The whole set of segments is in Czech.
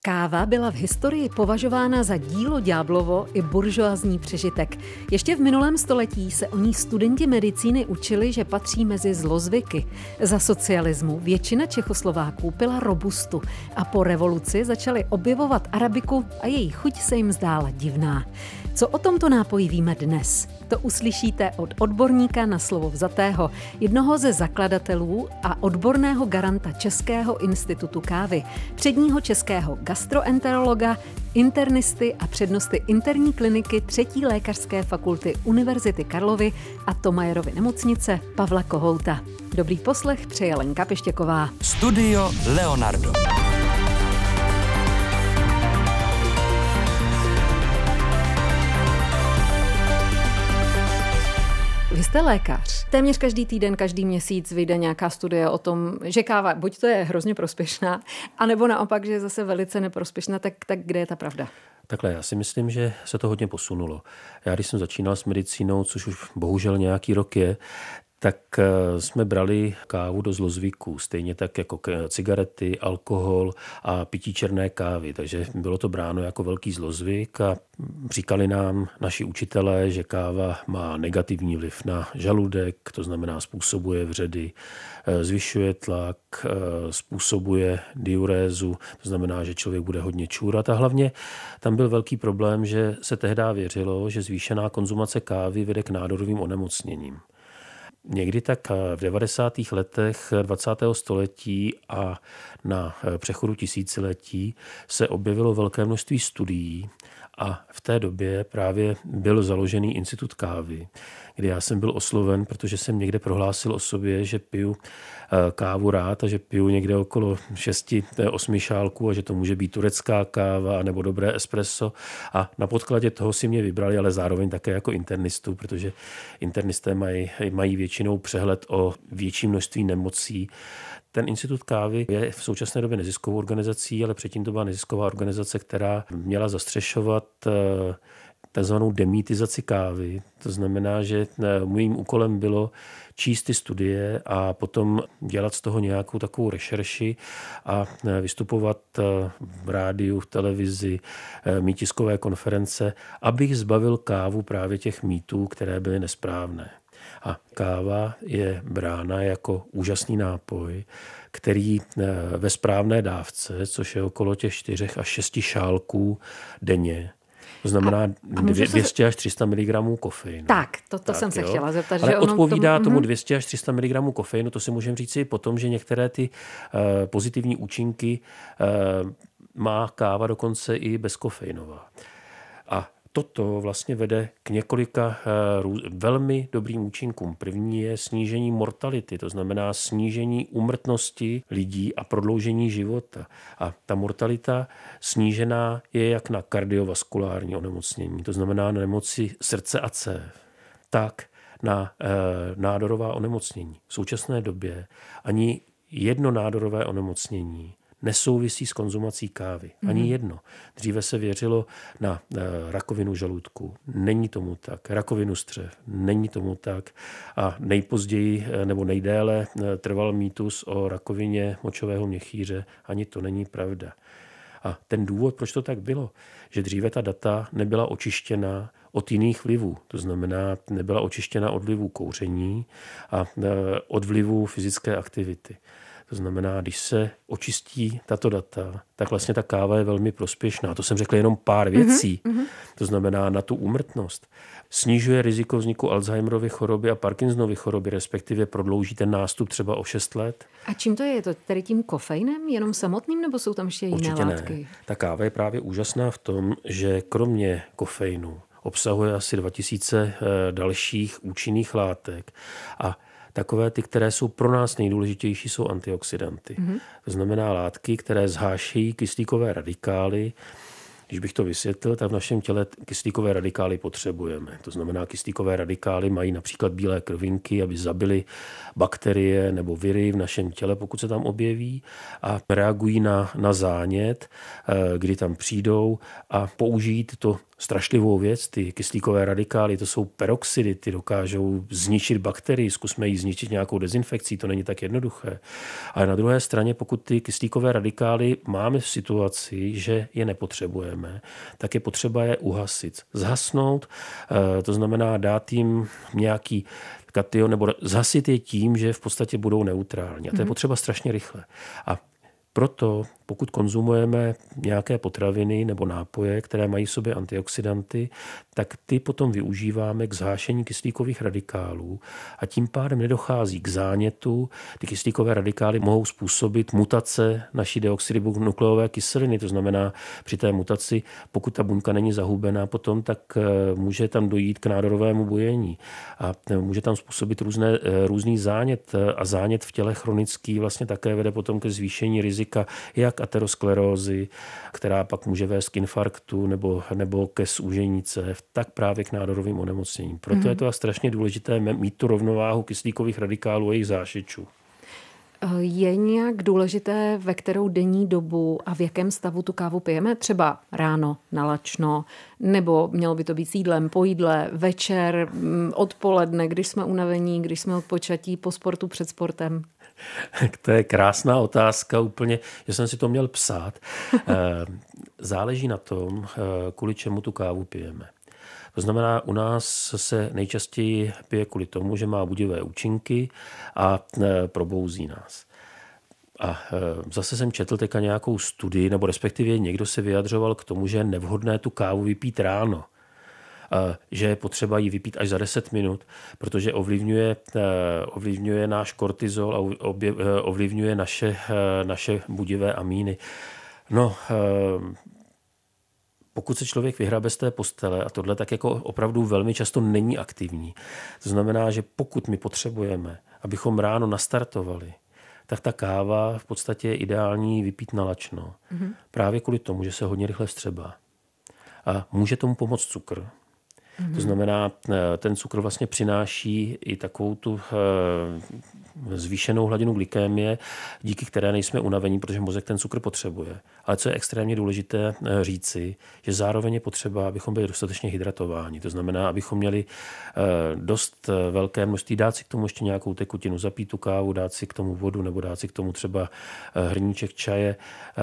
Káva byla v historii považována za dílo ďáblovo i buržoazní přežitek. Ještě v minulém století se o ní studenti medicíny učili, že patří mezi zlozvyky. Za socialismu většina Čechoslováků pila robustu a po revoluci začali objevovat arabiku a její chuť se jim zdála divná. Co o tomto nápoji víme dnes? To uslyšíte od odborníka na slovo vzatého, jednoho ze zakladatelů a odborného garanta Českého institutu kávy, předního českého gastroenterologa, internisty a přednosty interní kliniky 3. lékařské fakulty Univerzity Karlovy a Thomayerovy nemocnice Pavla Kohouta. Dobrý poslech přeje Lenka Pištěková. Studio Leonardo. Vy jste lékař. Téměř každý týden, každý měsíc vyjde nějaká studie o tom, že káva buď to je hrozně prospěšná, anebo naopak, že je zase velice neprospěšná, tak kde je ta pravda? Takhle, já si myslím, že se to hodně posunulo. Já když jsem začínal s medicínou, což už bohužel nějaký rok je, tak jsme brali kávu do zlozvyků, stejně tak jako cigarety, alkohol a pití černé kávy. Takže bylo to bráno jako velký zlozvyk a říkali nám naši učitelé, že káva má negativní vliv na žaludek, to znamená způsobuje vředy, zvyšuje tlak, způsobuje diurézu, to znamená, že člověk bude hodně čůrat a hlavně tam byl velký problém, že se tehdy věřilo, že zvýšená konzumace kávy vede k nádorovým onemocněním. Někdy tak v 90. letech 20. století a na přechodu tisíciletí se objevilo velké množství studií a v té době právě byl založený institut kávy, kdy já jsem byl osloven, protože jsem někde prohlásil o sobě, že piju kávu rád a že piju někde okolo 6-8 šálků a že to může být turecká káva nebo dobré espresso a na podkladě toho si mě vybrali, ale zároveň také jako internistu, protože internisté mají většinou přehled o větší množství nemocí. Ten institut kávy je v současné době neziskovou organizací, ale předtím to byla nezisková organizace, která měla zastřešovat takzvanou demýtizaci kávy. To znamená, že mým úkolem bylo číst ty studie a potom dělat z toho nějakou takovou rešerši a vystupovat v rádiu, v televizi, mít tiskové konference, abych zbavil kávu právě těch mýtů, které byly nesprávné. A káva je brána jako úžasný nápoj, který ve správné dávce, což je okolo těch 4 až 6 šálků denně, to znamená 200 až 300 mg kofeinu. Tak jsem se chtěla zeptat. Ale že odpovídá tomu 200 až 300 mg kofeinu, to si můžeme říct i potom, že některé ty pozitivní účinky má káva dokonce i bezkofeinová. A toto vlastně vede k několika velmi dobrým účinkům. První je snížení mortality, to znamená snížení úmrtnosti lidí a prodloužení života. A ta mortalita snížená je jak na kardiovaskulární onemocnění, to znamená na nemoci srdce a cév, tak na nádorová onemocnění. V současné době ani jedno nádorové onemocnění nesouvisí s konzumací kávy. Ani jedno. Dříve se věřilo na rakovinu žaludku. Není tomu tak. Rakovinu střev. Není tomu tak. A nejpozději nebo nejdéle trval mýtus o rakovině močového měchýře. Ani to není pravda. A ten důvod, proč to tak bylo, že dříve ta data nebyla očištěna od jiných vlivů. To znamená, nebyla očištěna od vlivů kouření a od vlivů fyzické aktivity. To znamená, když se očistí tato data, tak vlastně ta káva je velmi prospěšná. To jsem řekl jenom pár věcí. To znamená na tu úmrtnost. Snižuje riziko vzniku Alzheimerovy choroby a Parkinsonovy choroby, respektive prodlouží ten nástup třeba o 6 let. A čím to je? Je to tedy tím kofeinem, jenom samotným, nebo jsou tam ještě jiné Určitě látky? Ne. Ta káva je právě úžasná v tom, že kromě kofeinu obsahuje asi 2000 dalších účinných látek a takové ty, které jsou pro nás nejdůležitější, jsou antioxidanty. To znamená látky, které zhášejí kyslíkové radikály. Když bych to vysvětlil, tak v našem těle kyslíkové radikály potřebujeme. To znamená, kyslíkové radikály mají například bílé krvinky, aby zabily bakterie nebo viry v našem těle, pokud se tam objeví, a reagují na zánět, kdy tam přijdou a použijí tyto strašlivou věc. Ty kyslíkové radikály, to jsou peroxidy, ty dokážou zničit bakterii, zkusme ji zničit nějakou dezinfekcí, to není tak jednoduché. Ale na druhé straně, pokud ty kyslíkové radikály máme v situaci, že je nepotřebujeme, tak je potřeba je uhasit. Zhasnout, to znamená dát jim nějaký kation, nebo zhasit je tím, že v podstatě budou neutrální. A to je potřeba strašně rychle. A proto, pokud konzumujeme nějaké potraviny nebo nápoje, které mají v sobě antioxidanty, tak ty potom využíváme k zhášení kyslíkových radikálů a tím pádem nedochází k zánětu. Ty kyslíkové radikály mohou způsobit mutace naší deoxyribonukleové kyseliny, to znamená při té mutaci, pokud ta buňka není zahubená potom, tak může tam dojít k nádorovému bujení a může tam způsobit různý zánět a zánět v těle chronický vlastně také vede potom ke zvýšení rizika jak aterosklerózy, která pak může vést k infarktu nebo ke zúžení cév, tak právě k nádorovým onemocněním. Proto je to strašně důležité mít tu rovnováhu kyslíkových radikálů a jejich zášečů. Je nějak důležité, ve kterou denní dobu a v jakém stavu tu kávu pijeme? Třeba ráno, nalačno, nebo mělo by to být s jídlem, po jídle, večer, odpoledne, když jsme unavení, když jsme odpočatí, po sportu, před sportem? To je krásná otázka úplně, že jsem si to měl psát. Záleží na tom, kvůli čemu tu kávu pijeme. To znamená, u nás se nejčastěji pije kvůli tomu, že má budivé účinky a probouzí nás. A zase jsem četl teďka nějakou studii, nebo respektive někdo se vyjadřoval k tomu, že je nevhodné tu kávu vypít ráno. Že je potřeba ji vypít až za 10 minut, protože ovlivňuje náš kortizol a ovlivňuje naše budivé amíny. No, pokud se člověk vyhrabe z té postele a tohle tak jako opravdu velmi často není aktivní. To znamená, že pokud my potřebujeme, abychom ráno nastartovali, tak ta káva v podstatě je ideální vypít nalačno. Právě kvůli tomu, že se hodně rychle vstřebá. A může tomu pomoct cukr. To znamená, ten cukr vlastně přináší i takovou tu zvýšenou hladinu glykémie, díky které nejsme unavení, protože mozek ten cukr potřebuje. Ale co je extrémně důležité říci, že zároveň je potřeba, abychom byli dostatečně hydratováni. To znamená, abychom měli dost velké množství, dát si k tomu ještě nějakou tekutinu, zapít tu kávu, dát si k tomu vodu nebo dát si k tomu třeba hrníček čaje,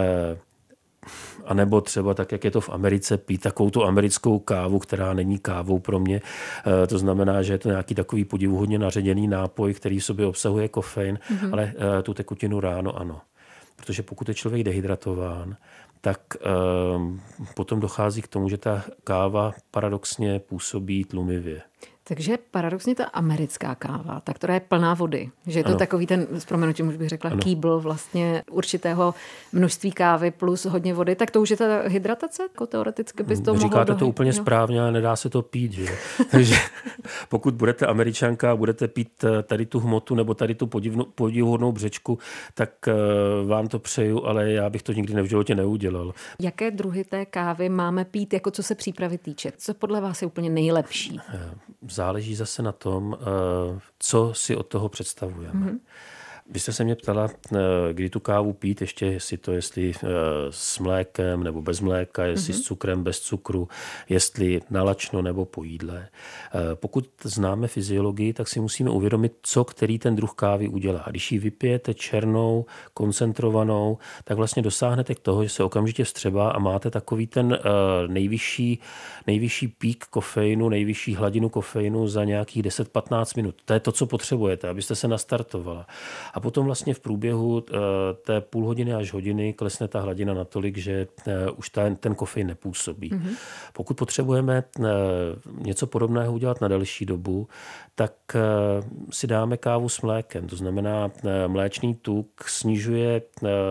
a nebo třeba tak, jak je to v Americe, pít takovou tu americkou kávu, která není kávou pro mě. To znamená, že je to nějaký takový podivuhodně naředěný nápoj, který v sobě obsahuje kofein, ale tu tekutinu ráno ano. Protože pokud je člověk dehydratován, tak potom dochází k tomu, že ta káva paradoxně působí tlumivě. Takže paradoxně ta americká káva, ta, která je plná vody, že je to takový ten, s proměnutím už bych řekla, kýbl vlastně určitého množství kávy plus hodně vody, tak to už je ta hydratace? Jako teoreticky bys to mohlo Říkáte to úplně správně, ale nedá se to pít. Že? Takže pokud budete Američanka a budete pít tady tu hmotu nebo tady tu podivuhodnou břečku, tak vám to přeju, ale já bych to nikdy v životě neudělal. Jaké druhy té kávy máme pít, jako co se přípravy týče? Co podle vás je úplně nejlepší? Záleží zase na tom, co si od toho představujeme. Vy jste se mě ptala, kdy tu kávu pít, ještě jestli s mlékem nebo bez mléka, jestli s cukrem, bez cukru, jestli nalačno nebo po jídle. Pokud známe fyziologii, tak si musíme uvědomit, co který ten druh kávy udělá. Když ji vypijete černou, koncentrovanou, tak vlastně dosáhnete k toho, že se okamžitě vstřebá a máte takový ten nejvyšší pík kofeinu, nejvyšší hladinu kofeinu za nějakých 10-15 minut. To je to, co potřebujete, abyste se nastartovala. A potom vlastně v průběhu té půl hodiny až hodiny klesne ta hladina natolik, že už ten kofein nepůsobí. Pokud potřebujeme něco podobného udělat na delší dobu, tak si dáme kávu s mlékem. To znamená, mléčný tuk snižuje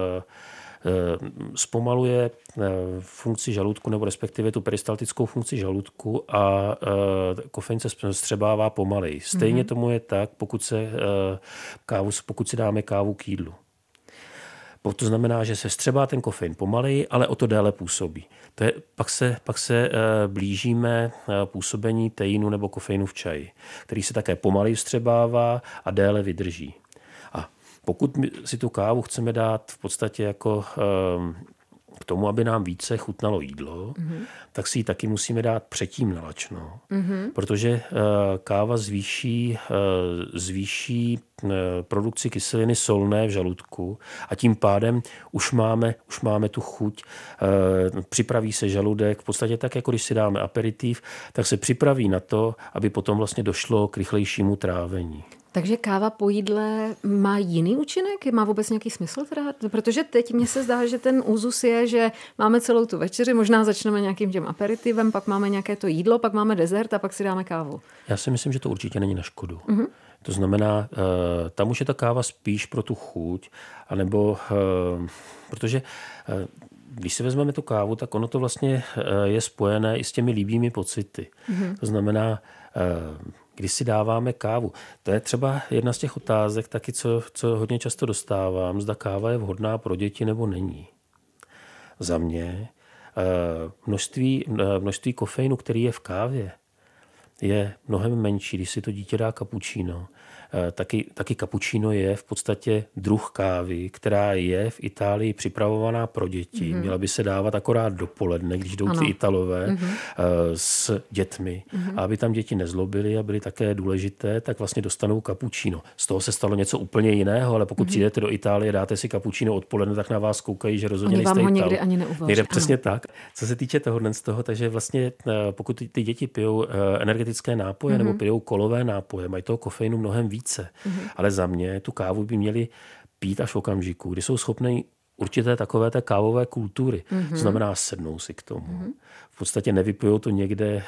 zpomaluje funkci žaludku nebo respektive tu peristaltickou funkci žaludku a kofein se vstřebává pomaleji. Stejně tomu je tak, pokud si dáme kávu k jídlu. To znamená, že se vstřebá ten kofein pomaleji, ale o to déle působí. Pak se blížíme působení teinu nebo kofeinu v čaji, který se také pomaleji vstřebává a déle vydrží. A pokud si tu kávu chceme dát v podstatě jako k tomu, aby nám více chutnalo jídlo, tak si ji taky musíme dát předtím na lačno, protože káva zvýší produkci kyseliny solné v žaludku a tím pádem už máme tu chuť, připraví se žaludek, v podstatě tak, jako když si dáme aperitiv, tak se připraví na to, aby potom vlastně došlo k rychlejšímu trávení. Takže káva po jídle má jiný účinek? Má vůbec nějaký smysl teda? Protože teď mně se zdá, že ten úzus je, že máme celou tu večeři, možná začneme nějakým tím aperitivem, pak máme nějaké to jídlo, pak máme dezert a pak si dáme kávu. Já si myslím, že to určitě není na škodu. To znamená, tam už je ta káva spíš pro tu chuť, anebo protože když si vezmeme tu kávu, tak ono to vlastně je spojené i s těmi líbými pocity. To znamená, když si dáváme kávu. To je třeba jedna z těch otázek taky, co hodně často dostávám, zda káva je vhodná pro děti nebo není. Za mě množství kofeinu, který je v kávě, je mnohem menší, když si to dítě dá kapučíno. Taky kapučíno je v podstatě druh kávy, která je v Itálii připravovaná pro děti. Měla by se dávat akorát dopoledne, když jdou ty Italové s dětmi. A aby tam děti nezlobily a byly také důležité, tak vlastně dostanou kapučíno. Z toho se stalo něco úplně jiného, ale pokud přijdete do Itálie, dáte si kapučíno odpoledne, tak na vás koukají, že rozhodně nejste Ital. Oni vám ho někdy ani neuvaří. Přesně tak. Co se týče toho, takže vlastně pokud ty děti pijou energetické nápoje nebo pijou kolové nápoje, mají toho kofeinu mnohem více. Ale za mě tu kávu by měli pít až v okamžiku, kdy jsou schopni určité takové té kávové kultury. To znamená, sednou si k tomu. V podstatě nevypijou to někde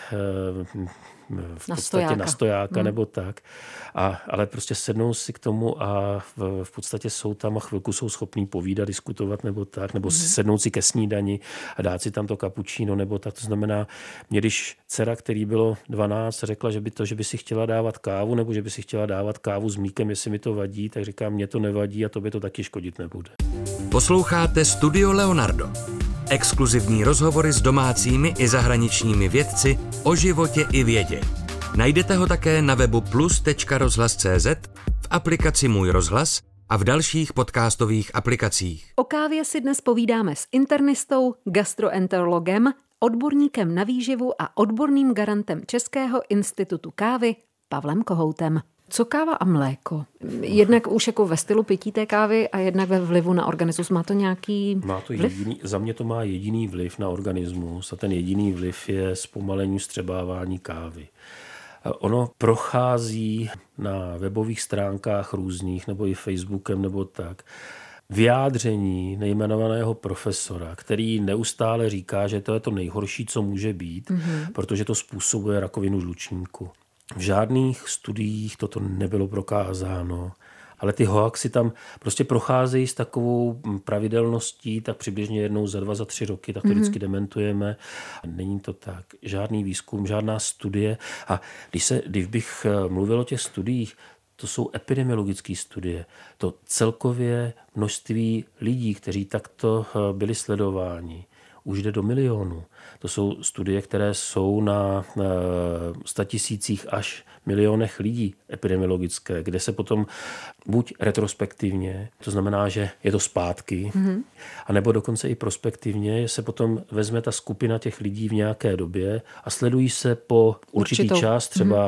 v podstatě na stojáka nebo tak. Ale prostě sednou si k tomu a v podstatě jsou tam a chvilku jsou schopní povídat, diskutovat nebo tak, nebo sednout si ke snídani a dát si tam to kapučíno nebo tak. To znamená, mě když dcera, který bylo 12, řekla, že by si chtěla dávat kávu nebo že by si chtěla dávat kávu s mlíkem, jestli mi to vadí, tak říkám, mně to nevadí a tobě to taky škodit nebude. Posloucháte Studio Leonardo. Exkluzivní rozhovory s domácími i zahraničními vědci o životě i vědě. Najdete ho také na webu plus.rozhlas.cz, v aplikaci Můj rozhlas a v dalších podcastových aplikacích. O kávě si dnes povídáme s internistou, gastroenterologem, odborníkem na výživu a odborným garantem Českého institutu kávy Pavlem Kohoutem. Co káva a mléko? Jednak už jako ve stylu pití té kávy a jednak ve vlivu na organismus. Má to nějaký vliv? Za mě to má jediný vliv na organismus a ten jediný vliv je zpomalení vstřebávání kávy. Ono prochází na webových stránkách různých, nebo i Facebookem, nebo tak, vyjádření nejmenovaného profesora, který neustále říká, že to je to nejhorší, co může být, protože to způsobuje rakovinu žlučníku. V žádných studiích toto nebylo prokázáno, ale ty hoaxy tam prostě procházejí s takovou pravidelností, tak přibližně jednou za 2, za 3 roky, tak to vždycky dementujeme. Není to tak. Žádný výzkum, žádná studie. A když bych mluvil o těch studiích, to jsou epidemiologické studie. To celkově množství lidí, kteří takto byli sledováni, už jde do milionů. To jsou studie, které jsou na 100 000 až milionech lidí epidemiologické, kde se potom buď retrospektivně, to znamená, že je to zpátky, anebo dokonce i prospektivně se potom vezme ta skupina těch lidí v nějaké době a sledují se po určitý čas, třeba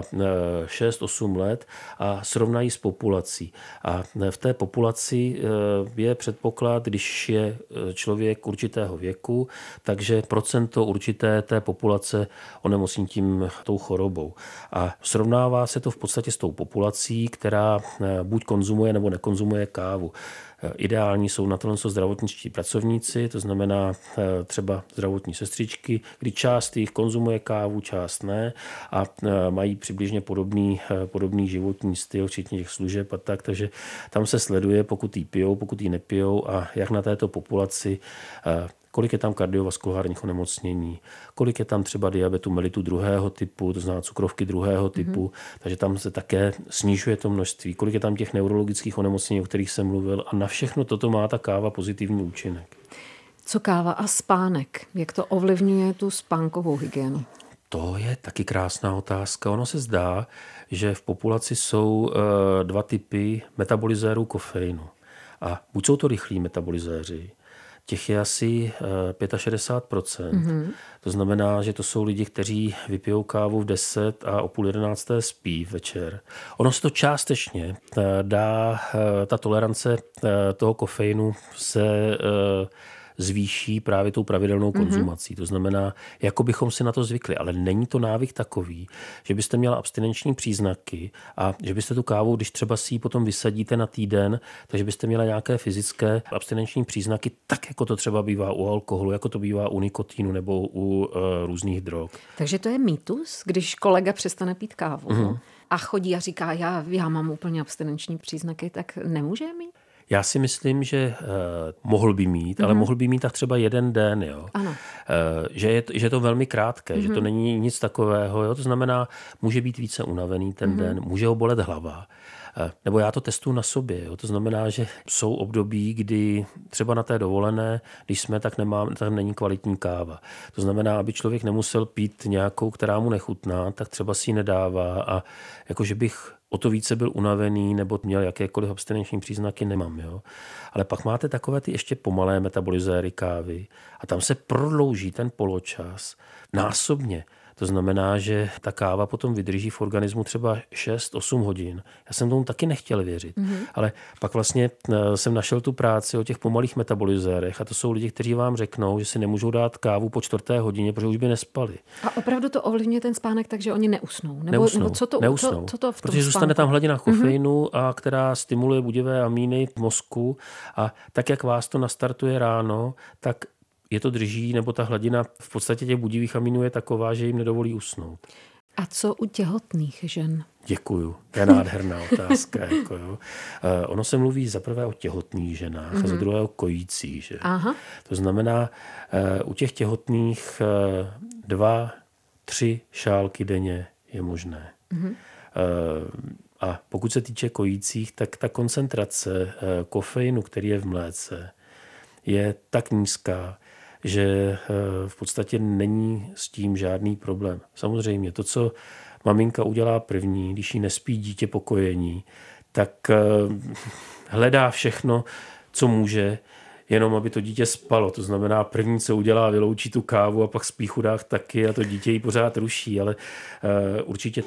6-8 let a srovnají s populací. A v té populaci je předpoklad, když je člověk určitého věku, takže procento určité té populace onemocní tou chorobou. A srovnává se to v podstatě s tou populací, která buď konzumuje nebo nekonzumuje kávu. Ideální jsou na to zdravotničtí pracovníci, to znamená třeba zdravotní sestřičky, kdy část jich konzumuje kávu, část ne a mají přibližně podobný životní styl, včetně těch služeb a tak, takže tam se sleduje, pokud jí pijou, pokud jí nepijou a jak na této populaci, kolik je tam kardiovaskulárních onemocnění, kolik je tam třeba diabetu mellitu 2. typu, to znamená cukrovky 2. typu, takže tam se také snižuje to množství, kolik je tam těch neurologických onemocnění, o kterých jsem mluvil a na všechno toto má ta káva pozitivní účinek. Co káva a spánek? Jak to ovlivňuje tu spánkovou hygienu? To je taky krásná otázka. Ono se zdá, že v populaci jsou 2 typy metabolizérů kofeinu. A buď jsou to rychlí metabolizéři, těch je asi 65%. To znamená, že to jsou lidi, kteří vypijou kávu v 10 a o 10:30 spí večer. Ono se to částečně dá, ta tolerance toho kofeinu se zvýší právě tou pravidelnou konzumací. To znamená, jako bychom si na to zvykli, ale není to návyk takový, že byste měla abstinenční příznaky a že byste tu kávu, když třeba si ji potom vysadíte na týden, takže byste měla nějaké fyzické abstinenční příznaky, tak jako to třeba bývá u alkoholu, jako to bývá u nikotínu nebo u různých drog. Takže to je mýtus, když kolega přestane pít kávu a chodí a říká, já mám úplně abstinenční příznaky, tak nemůže mít? Já si myslím, že mohl by mít, ale mohl by mít tak třeba jeden den, jo. Ano. Že je to velmi krátké, že to není nic takového. Jo. To znamená, může být více unavený ten den, může ho bolet hlava. Nebo já to testuju na sobě. Jo. To znamená, že jsou období, kdy třeba na té dovolené, když jsme, tak tam není kvalitní káva. To znamená, aby člověk nemusel pít nějakou, která mu nechutná, tak třeba si ji nedává a jakože bych o to více byl unavený nebo měl jakékoliv abstinenční příznaky, nemám. Jo. Ale pak máte takové ty ještě pomalé metabolizéry kávy a tam se prodlouží ten poločas násobně. To znamená, že ta káva potom vydrží v organismu třeba 6-8 hodin. Já jsem tomu taky nechtěl věřit. Ale pak vlastně jsem našel tu práci o těch pomalých metabolizérech a to jsou lidi, kteří vám řeknou, že si nemůžou dát kávu po 4. hodině, protože už by nespali. A opravdu to ovlivňuje ten spánek, takže oni neusnou? Nebo co to v tom protože zůstane tam hladina kofeinu, a která stimuluje budivé amíny v mozku a tak, jak vás to nastartuje ráno, tak je to drží, nebo ta hladina v podstatě těch budivých aminů je taková, že jim nedovolí usnout. A co u těhotných žen? Děkuju. To je nádherná otázka. Jako, jo. Ono se mluví zaprvé o těhotných ženách a za druhé o kojících. Že? Aha. To znamená, u těch těhotných 2-3 šálky denně je možné. A pokud se týče kojících, tak ta koncentrace kofeinu, který je v mléce, je tak nízká, že v podstatě není s tím žádný problém. Samozřejmě to, co maminka udělá první, když jí nespí dítě po kojení, tak hledá všechno, co může, jenom aby to dítě spalo. To znamená, první, co udělá, vyloučí tu kávu a pak spí chudák taky a to dítě jí pořád ruší. Ale určitě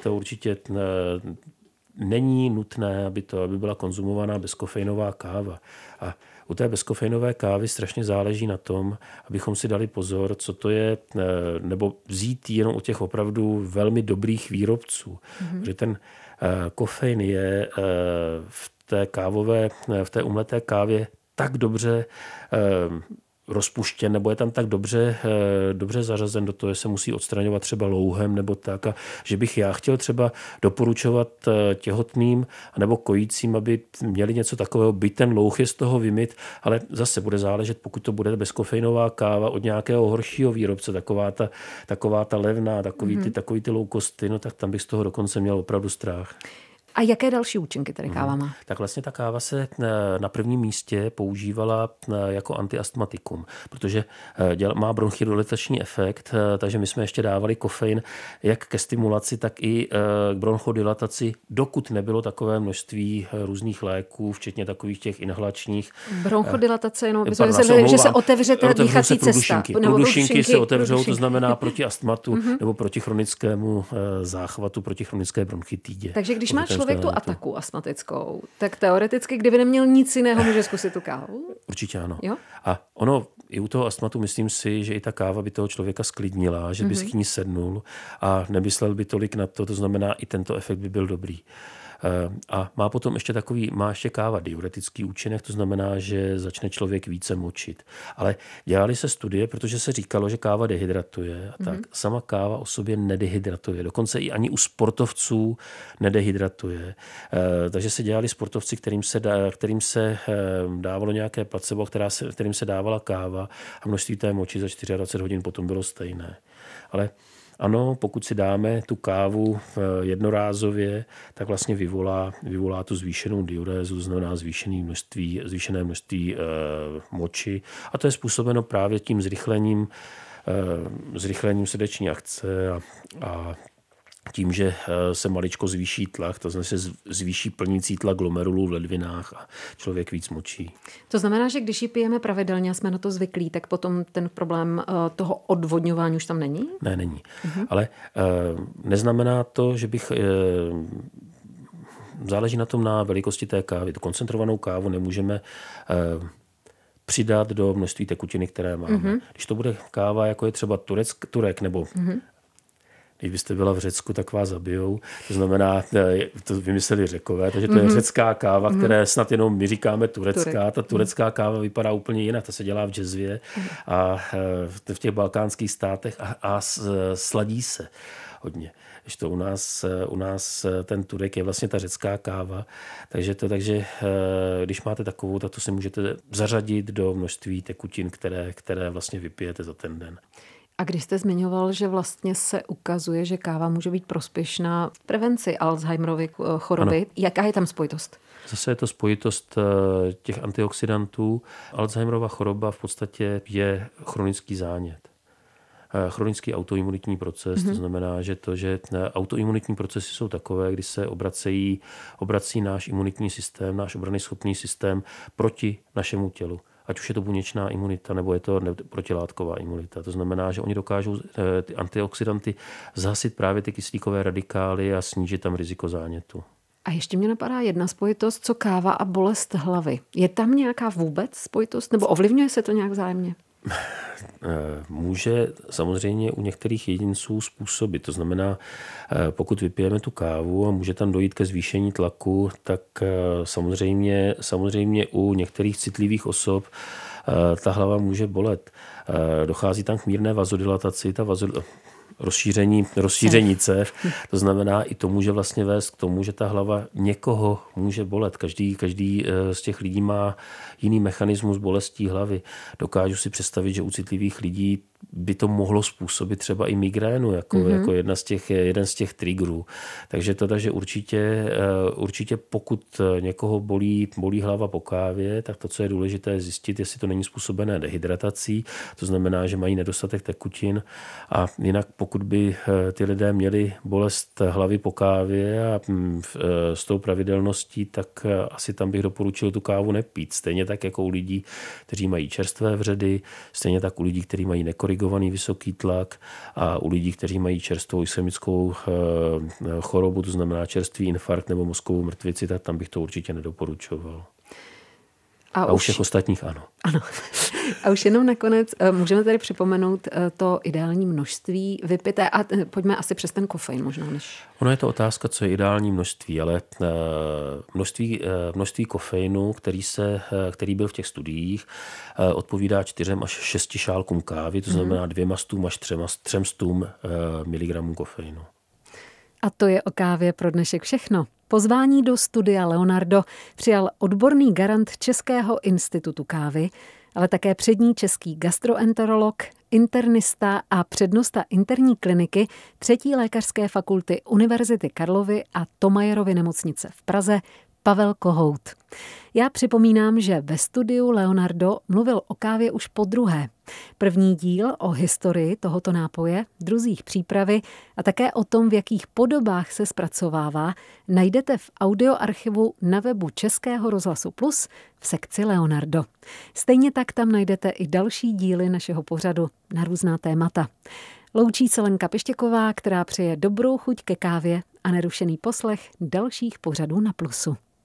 není nutné, aby byla konzumovaná bezkofeinová káva. A u té bezkofeinové kávy strašně záleží na tom, abychom si dali pozor, co to je, nebo vzít jenom u těch opravdu velmi dobrých výrobců. Protože ten kofein je v té umleté kávě tak dobře rozpuštěn, nebo je tam tak dobře zařazen do toho, že se musí odstraňovat třeba louhem nebo tak. A že bych já chtěl třeba doporučovat těhotným nebo kojícím, aby měli něco takového, byť ten louh je z toho vymyt, ale zase bude záležet, pokud to bude bezkofeinová káva od nějakého horšího výrobce, taková ta levná, takový ty low costy, no tak tam bych z toho dokonce měl opravdu strach. A jaké další účinky tady káva má? Tak vlastně ta káva se na prvním místě používala jako antiastmatikum, protože má bronchodilatační efekt, takže my jsme ještě dávali kofein jak ke stimulaci, tak i k bronchodilataci, dokud nebylo takové množství různých léků, včetně takových těch inhalačních. Bronchodilatace, že se otevře ta dýchací cesta. Průdušinky se otevřou, to znamená proti astmatu nebo proti chronickému záchvatu, proti chronické bronchitidě. Takže když má člověk tu ataku astmatickou, tak teoreticky, kdyby neměl nic jiného, může zkusit tu kávu? Určitě ano. Jo? A ono i u toho astmatu myslím si, že i ta káva by toho člověka sklidnila, že by si k ní sednul a nemyslel by tolik na to, to znamená i tento efekt by byl dobrý. A má potom ještě káva diuretický účinek, to znamená, že začne člověk více močit. Ale dělali se studie, protože se říkalo, že káva dehydratuje a tak. Sama káva o sobě nedehydratuje. Dokonce i ani u sportovců nedehydratuje. Takže se dělali sportovci, kterým se dávalo nějaké placebo, kterým se dávala káva a množství té moči za 24 hodin potom bylo stejné. Ale ano, pokud si dáme tu kávu jednorázově, tak vlastně vyvolá tu zvýšenou diurézu, znamená zvýšené množství moči. A to je způsobeno právě tím zrychlením srdeční akce a tím, že se maličko zvýší tlak, to znamená, že se zvýší plnící tlak glomerulů v ledvinách a člověk víc močí. To znamená, že když ji pijeme pravidelně a jsme na to zvyklí, tak potom ten problém toho odvodňování už tam není? Ne, není. Ale neznamená to, že bych... Záleží na tom na velikosti té kávy. Tu koncentrovanou kávu nemůžeme přidat do množství tekutiny, které máme. Když to bude káva, jako je třeba Turek nebo když byste byla v Řecku, tak vás zabijou. To znamená, to vymysleli Řekové, takže to je řecká káva, které snad jenom my říkáme turecká. Ta turecká káva vypadá úplně jinak. Ta se dělá v džezvě a v těch balkánských státech a sladí se hodně. Když to u nás ten Turek je vlastně ta řecká káva, takže když máte takovou, tak to si můžete zařadit do množství tekutin, které vlastně vypijete za ten den. A když jste zmiňoval, že vlastně se ukazuje, že káva může být prospěšná v prevenci Alzheimerovy choroby, ano. Jaká je tam spojitost? Zase je to spojitost těch antioxidantů. Alzheimerova choroba v podstatě je chronický zánět. Chronický autoimunitní proces, to znamená, že autoimunitní procesy jsou takové, kdy se obrací náš imunitní systém, náš obranyschopný systém proti našemu tělu. Ať už je to buněčná imunita, nebo je to protilátková imunita. To znamená, že oni dokážou ty antioxidanty zhasit právě ty kyslíkové radikály a snížit tam riziko zánětu. A ještě mě napadá jedna spojitost, co káva a bolest hlavy. Je tam nějaká vůbec spojitost, nebo ovlivňuje se to nějak vzájemně? Může samozřejmě u některých jedinců způsobit. To znamená, pokud vypijeme tu kávu a může tam dojít ke zvýšení tlaku, tak samozřejmě u některých citlivých osob ta hlava může bolet. Dochází tam k mírné vazodilataci, rozšíření cév. To znamená, i to může vlastně vést k tomu, že ta hlava někoho může bolet. Každý z těch lidí má jiný mechanismus bolestí hlavy. Dokážu si představit, že u citlivých lidí by to mohlo způsobit třeba i migrénu, jako jeden z těch triggerů. Takže určitě pokud někoho bolí hlava po kávě, tak to, co je důležité, je zjistit, jestli to není způsobené dehydratací, to znamená, že mají nedostatek tekutin, a jinak pokud by ty lidé měli bolest hlavy po kávě a s tou pravidelností, tak asi tam bych doporučil tu kávu nepít. Stejně tak jako u lidí, kteří mají čerstvé vředy, stejně tak u lidí, kteří mají nekorigovaný vysoký tlak, a u lidí, kteří mají čerstvou ischemickou chorobu, to znamená čerstvý infarkt nebo mozkovou mrtvici, tak tam bych to určitě nedoporučoval. A u všech ostatních ano. Ano. A už jenom nakonec můžeme tady připomenout to ideální množství vypité, a pojďme asi přes ten kofein možná než... Ono je to otázka, co je ideální množství, ale množství kofeinu, který byl v těch studiích, odpovídá 4 až 6 šálkům kávy, to znamená 200 až 300 miligramů kofeinu. A to je o kávě pro dnešek všechno. Pozvání do studia Leonardo přijal odborný garant Českého institutu kávy, ale také přední český gastroenterolog, internista a přednosta interní kliniky 3. lékařské fakulty Univerzity Karlovy a Thomayerovy nemocnice v Praze Pavel Kohout. Já připomínám, že ve studiu Leonardo mluvil o kávě už podruhé. První díl o historii tohoto nápoje, druzích přípravy a také o tom, v jakých podobách se zpracovává, najdete v audioarchivu na webu Českého rozhlasu Plus v sekci Leonardo. Stejně tak tam najdete i další díly našeho pořadu na různá témata. Loučí se Lenka Pištěková, která přeje dobrou chuť ke kávě a nerušený poslech dalších pořadů na Plusu.